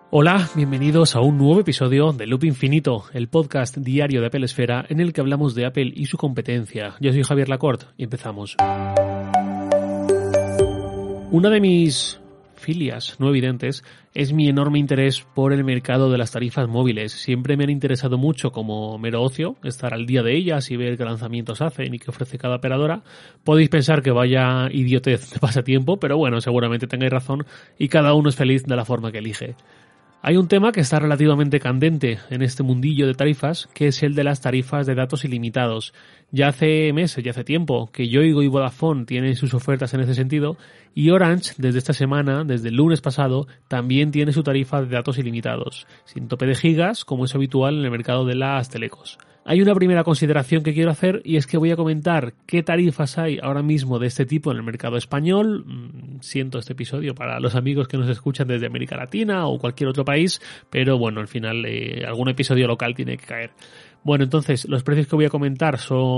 Hola, bienvenidos a un nuevo episodio de Loop Infinito, el podcast diario de Apple Esfera en el que hablamos de Apple y su competencia. Yo soy Javier Lacorte y empezamos. Una de mis filias no evidentes es mi enorme interés por el mercado de las tarifas móviles. Siempre me han interesado mucho como mero ocio, estar al día de ellas y ver qué lanzamientos hacen y qué ofrece cada operadora. Podéis pensar que vaya idiotez de pasatiempo, pero bueno, seguramente tengáis razón y cada uno es feliz de la forma que elige. Hay un tema que está relativamente candente en este mundillo de tarifas, que es el de las tarifas de datos ilimitados. Ya hace meses, ya hace tiempo, que Yoigo y Vodafone tienen sus ofertas en ese sentido, y Orange, desde esta semana, desde el lunes pasado, también tiene su tarifa de datos ilimitados, sin tope de gigas, como es habitual en el mercado de las telecos. Hay una primera consideración que quiero hacer y es que voy a comentar qué tarifas hay ahora mismo de este tipo en el mercado español. Siento este episodio para los amigos que nos escuchan desde América Latina o cualquier otro país, pero bueno, al final algún episodio local tiene que caer. Bueno, entonces, los precios que voy a comentar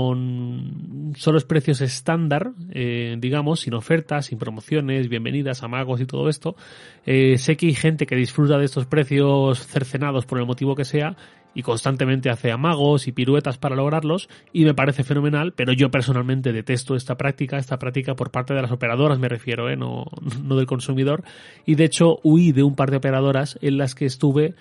son los precios estándar, digamos, sin ofertas, sin promociones, bienvenidas, amagos y todo esto. Sé que hay gente que disfruta de estos precios cercenados por el motivo que sea y constantemente hace amagos y piruetas para lograrlos y me parece fenomenal, pero yo personalmente detesto esta práctica por parte de las operadoras me refiero, no del consumidor, y de hecho huí de un par de operadoras en las que estuve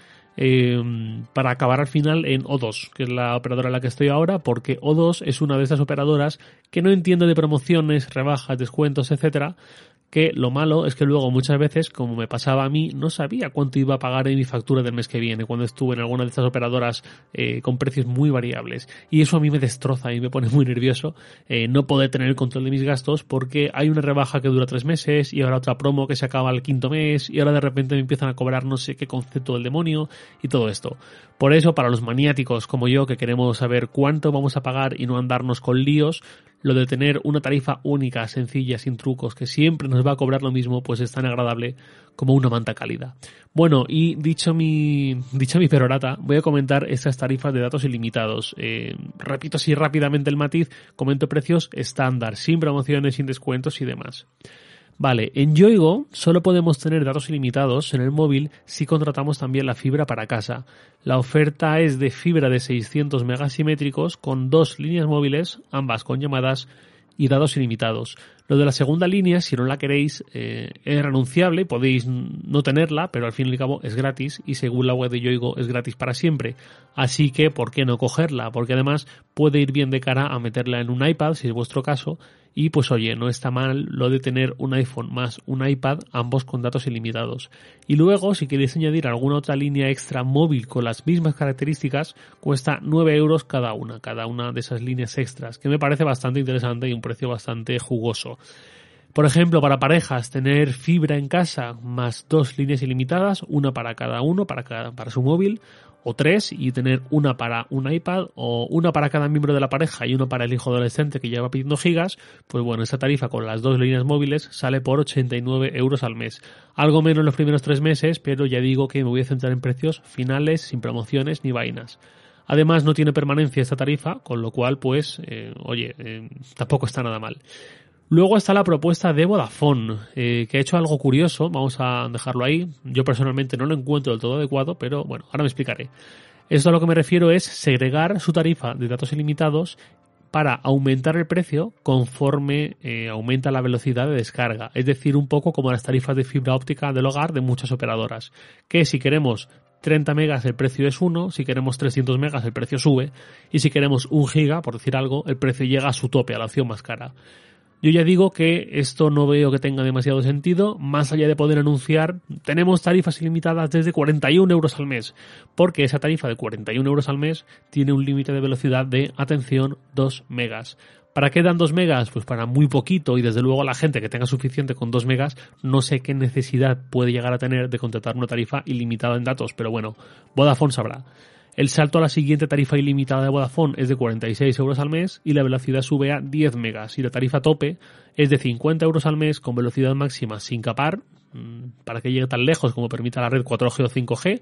para acabar al final en O2, que es la operadora en la que estoy ahora, porque O2 es una de esas operadoras que no entiende de promociones, rebajas, descuentos, etcétera, que lo malo es que luego muchas veces, como me pasaba a mí, no sabía cuánto iba a pagar en mi factura del mes que viene cuando estuve en alguna de estas operadoras con precios muy variables. Y eso a mí me destroza y me pone muy nervioso no poder tener el control de mis gastos porque hay una rebaja que dura 3 meses y ahora otra promo que se acaba al 5º mes y ahora de repente me empiezan a cobrar no sé qué concepto del demonio y todo esto. Por eso, para los maniáticos como yo que queremos saber cuánto vamos a pagar y no andarnos con líos, lo de tener una tarifa única, sencilla, sin trucos, que siempre nos va a cobrar lo mismo, pues es tan agradable como una manta cálida. Bueno, y dicho mi perorata, voy a comentar estas tarifas de datos ilimitados. Repito así rápidamente el matiz, comento precios estándar, sin promociones, sin descuentos y demás. Vale, en Yoigo solo podemos tener datos ilimitados en el móvil si contratamos también la fibra para casa. La oferta es de fibra de 600 megasimétricos con 2 líneas móviles, ambas con llamadas y datos ilimitados. Lo de la segunda línea, si no la queréis, es renunciable, podéis no tenerla, pero al fin y al cabo es gratis y según la web de Yoigo es gratis para siempre. Así que, ¿por qué no cogerla? Porque además puede ir bien de cara a meterla en un iPad, si es vuestro caso, y pues oye, no está mal lo de tener un iPhone más un iPad, ambos con datos ilimitados. Y luego, si queréis añadir alguna otra línea extra móvil con las mismas características, cuesta 9 euros cada una de esas líneas extras, que me parece bastante interesante y un precio bastante jugoso. Por ejemplo, para parejas, tener fibra en casa más 2 líneas ilimitadas, una para cada uno, para su móvil, o 3, y tener una para un iPad, o una para cada miembro de la pareja y uno para el hijo adolescente que ya va pidiendo gigas, pues bueno, esa tarifa con las 2 líneas móviles sale por 89 euros al mes. Algo menos en los primeros 3 meses, pero ya digo que me voy a centrar en precios finales, sin promociones ni vainas. Además, no tiene permanencia esta tarifa, con lo cual, pues, tampoco está nada mal. Luego está la propuesta de Vodafone, que ha hecho algo curioso, vamos a dejarlo ahí. Yo personalmente no lo encuentro del todo adecuado, pero bueno, ahora me explicaré. Esto a lo que me refiero es segregar su tarifa de datos ilimitados para aumentar el precio conforme aumenta la velocidad de descarga. Es decir, un poco como las tarifas de fibra óptica del hogar de muchas operadoras, que si queremos 30 megas el precio es 1, si queremos 300 megas el precio sube, y si queremos 1 giga, por decir algo, el precio llega a su tope, a la opción más cara. Yo ya digo que esto no veo que tenga demasiado sentido, más allá de poder anunciar, tenemos tarifas ilimitadas desde 41 euros al mes, porque esa tarifa de 41 euros al mes tiene un límite de velocidad de, atención, 2 megas. ¿Para qué dan 2 megas? Pues para muy poquito y desde luego la gente que tenga suficiente con 2 megas no sé qué necesidad puede llegar a tener de contratar una tarifa ilimitada en datos, pero bueno, Vodafone sabrá. El salto a la siguiente tarifa ilimitada de Vodafone es de 46 euros al mes y la velocidad sube a 10 megas y la tarifa tope es de 50 euros al mes con velocidad máxima sin capar, para que llegue tan lejos como permita la red 4G o 5G.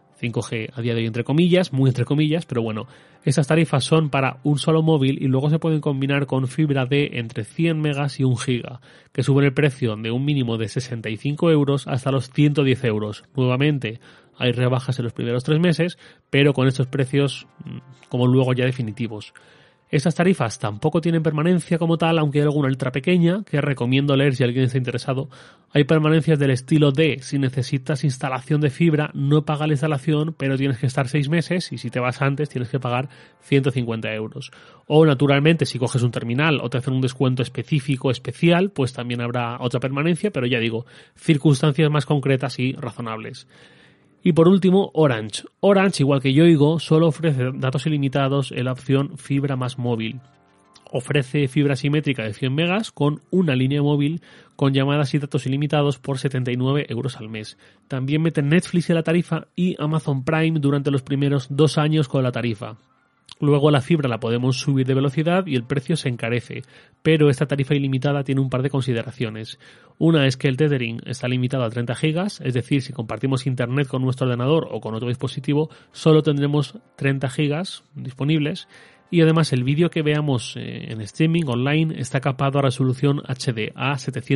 5G a día de hoy entre comillas, muy entre comillas, pero bueno, estas tarifas son para un solo móvil y luego se pueden combinar con fibra de entre 100 megas y 1 giga, que suben el precio de un mínimo de 65 euros hasta los 110 euros. Nuevamente, hay rebajas en los primeros 3 meses, pero con estos precios como luego ya definitivos. Estas tarifas tampoco tienen permanencia como tal, aunque hay alguna ultra pequeña que recomiendo leer si alguien está interesado. Hay permanencias del estilo de si necesitas instalación de fibra, no paga la instalación, pero tienes que estar 6 meses y si te vas antes tienes que pagar 150 euros. O naturalmente si coges un terminal o te hacen un descuento específico, especial, pues también habrá otra permanencia, pero ya digo, circunstancias más concretas y razonables. Y por último, Orange. Orange, igual que Yoigo, solo ofrece datos ilimitados en la opción fibra más móvil. Ofrece fibra simétrica de 100 megas con una línea móvil con llamadas y datos ilimitados por 79 euros al mes. También meten Netflix en la tarifa y Amazon Prime durante los primeros 2 años con la tarifa. Luego la fibra la podemos subir de velocidad y el precio se encarece, pero esta tarifa ilimitada tiene un par de consideraciones. Una es que el tethering está limitado a 30 gigas, es decir, si compartimos internet con nuestro ordenador o con otro dispositivo, solo tendremos 30 gigas disponibles. Y además el vídeo que veamos en streaming online está capado a resolución HD a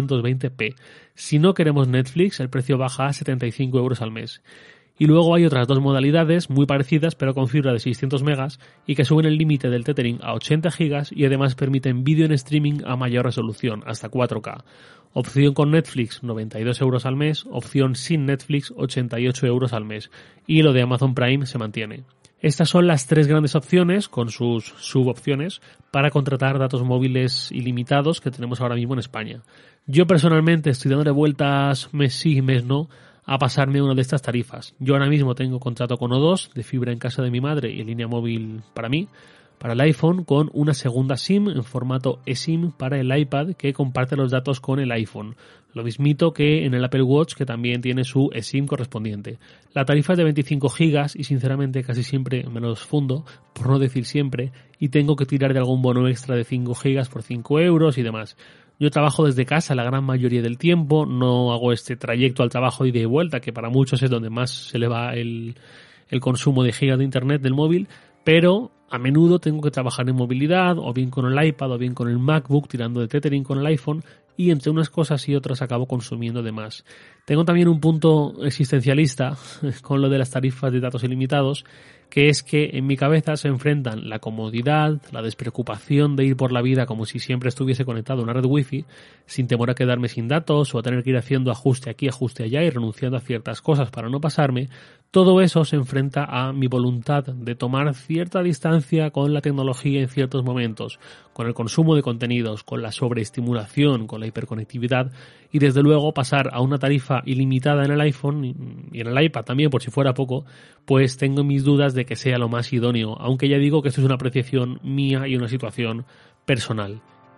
720p. Si no queremos Netflix, el precio baja a 75 euros al mes. Y luego hay otras 2 modalidades muy parecidas pero con fibra de 600 megas y que suben el límite del tethering a 80 gigas y además permiten vídeo en streaming a mayor resolución, hasta 4K. Opción con Netflix, 92 euros al mes. Opción sin Netflix, 88 euros al mes. Y lo de Amazon Prime se mantiene. Estas son las 3 grandes opciones, con sus subopciones, para contratar datos móviles ilimitados que tenemos ahora mismo en España. Yo personalmente estoy dándole vueltas mes sí, mes no, a pasarme una de estas tarifas. Yo ahora mismo tengo contrato con O2 de fibra en casa de mi madre y en línea móvil para mí, para el iPhone, con una segunda SIM en formato eSIM para el iPad que comparte los datos con el iPhone. Lo mismito que en el Apple Watch, que también tiene su eSIM correspondiente. La tarifa es de 25 gigas y sinceramente casi siempre me los fundo, por no decir siempre, y tengo que tirar de algún bono extra de 5 gigas por 5 euros y demás. Yo trabajo desde casa la gran mayoría del tiempo, no hago este trayecto al trabajo ida y de vuelta, que para muchos es donde más se le va el consumo de gigas de internet del móvil, pero a menudo tengo que trabajar en movilidad, o bien con el iPad, o bien con el MacBook, tirando de tethering con el iPhone, y entre unas cosas y otras acabo consumiendo de más. Tengo también un punto existencialista con lo de las tarifas de datos ilimitados, que es que en mi cabeza se enfrentan la comodidad, la despreocupación de ir por la vida como si siempre estuviese conectado a una red wifi, sin temor a quedarme sin datos o a tener que ir haciendo ajuste aquí, ajuste allá y renunciando a ciertas cosas para no pasarme. Todo eso se enfrenta a mi voluntad de tomar cierta distancia con la tecnología en ciertos momentos, con el consumo de contenidos, con la sobreestimulación, con la hiperconectividad y desde luego pasar a una tarifa ilimitada en el iPhone y en el iPad también, por si fuera poco, pues tengo mis dudas de que sea lo más idóneo, aunque ya digo que esto es una apreciación mía y una situación personal.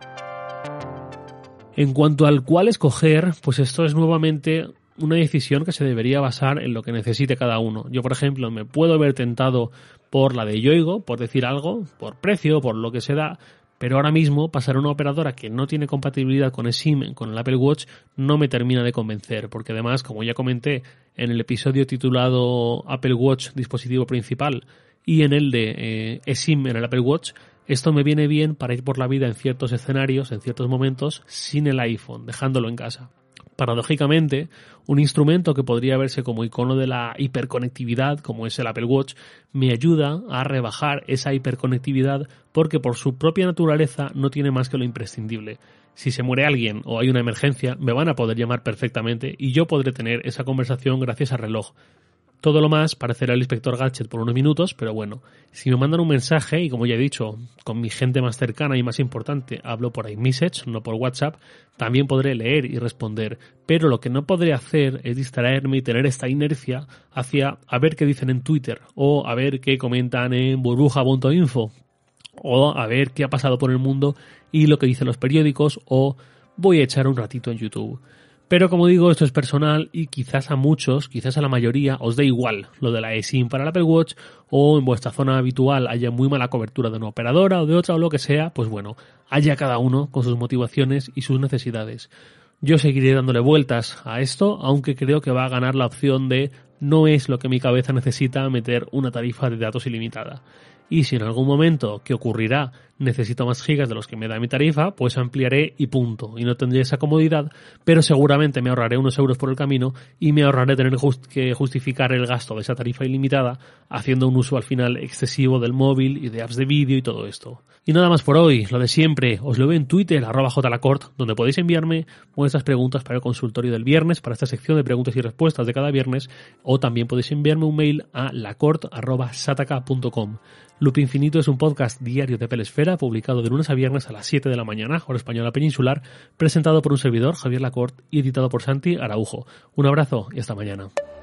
En cuanto al cuál escoger, pues esto es nuevamente una decisión que se debería basar en lo que necesite cada uno. Yo, por ejemplo, me puedo ver tentado por la de Yoigo, por decir algo, por precio, por lo que se da, pero ahora mismo pasar a una operadora que no tiene compatibilidad con eSIM, con el Apple Watch, no me termina de convencer, porque además, como ya comenté en el episodio titulado Apple Watch dispositivo principal y en el de eSIM en el Apple Watch, esto me viene bien para ir por la vida en ciertos escenarios, en ciertos momentos, sin el iPhone, dejándolo en casa. Paradójicamente, un instrumento que podría verse como icono de la hiperconectividad, como es el Apple Watch, me ayuda a rebajar esa hiperconectividad porque por su propia naturaleza no tiene más que lo imprescindible. Si se muere alguien o hay una emergencia, me van a poder llamar perfectamente y yo podré tener esa conversación gracias al reloj. Todo lo más parecerá el inspector Gadget por unos minutos, pero bueno, si me mandan un mensaje, y como ya he dicho, con mi gente más cercana y más importante, hablo por iMessage, no por WhatsApp, también podré leer y responder, pero lo que no podré hacer es distraerme y tener esta inercia hacia a ver qué dicen en Twitter, o a ver qué comentan en burbuja.info, o a ver qué ha pasado por el mundo y lo que dicen los periódicos, o voy a echar un ratito en YouTube. Pero como digo, esto es personal y quizás a muchos, quizás a la mayoría, os dé igual lo de la eSIM para el Apple Watch o en vuestra zona habitual haya muy mala cobertura de una operadora o de otra o lo que sea, pues bueno, haya cada uno con sus motivaciones y sus necesidades. Yo seguiré dándole vueltas a esto, aunque creo que va a ganar la opción de no es lo que mi cabeza necesita meter una tarifa de datos ilimitada. Y si en algún momento, que ocurrirá, necesito más gigas de los que me da mi tarifa, pues ampliaré y punto. Y no tendré esa comodidad, pero seguramente me ahorraré unos euros por el camino y me ahorraré tener que justificar el gasto de esa tarifa ilimitada haciendo un uso al final excesivo del móvil y de apps de vídeo y todo esto. Y nada más por hoy, lo de siempre, os lo veo en Twitter, @jlacort, donde podéis enviarme vuestras preguntas para el consultorio del viernes, para esta sección de preguntas y respuestas de cada viernes, o también podéis enviarme un mail a lacort@sataka.com. Loop Infinito es un podcast diario de Pelesfera, publicado de lunes a viernes a las 7 de la mañana, hora española peninsular, presentado por un servidor, Javier Lacort, y editado por Santi Araujo. Un abrazo y hasta mañana.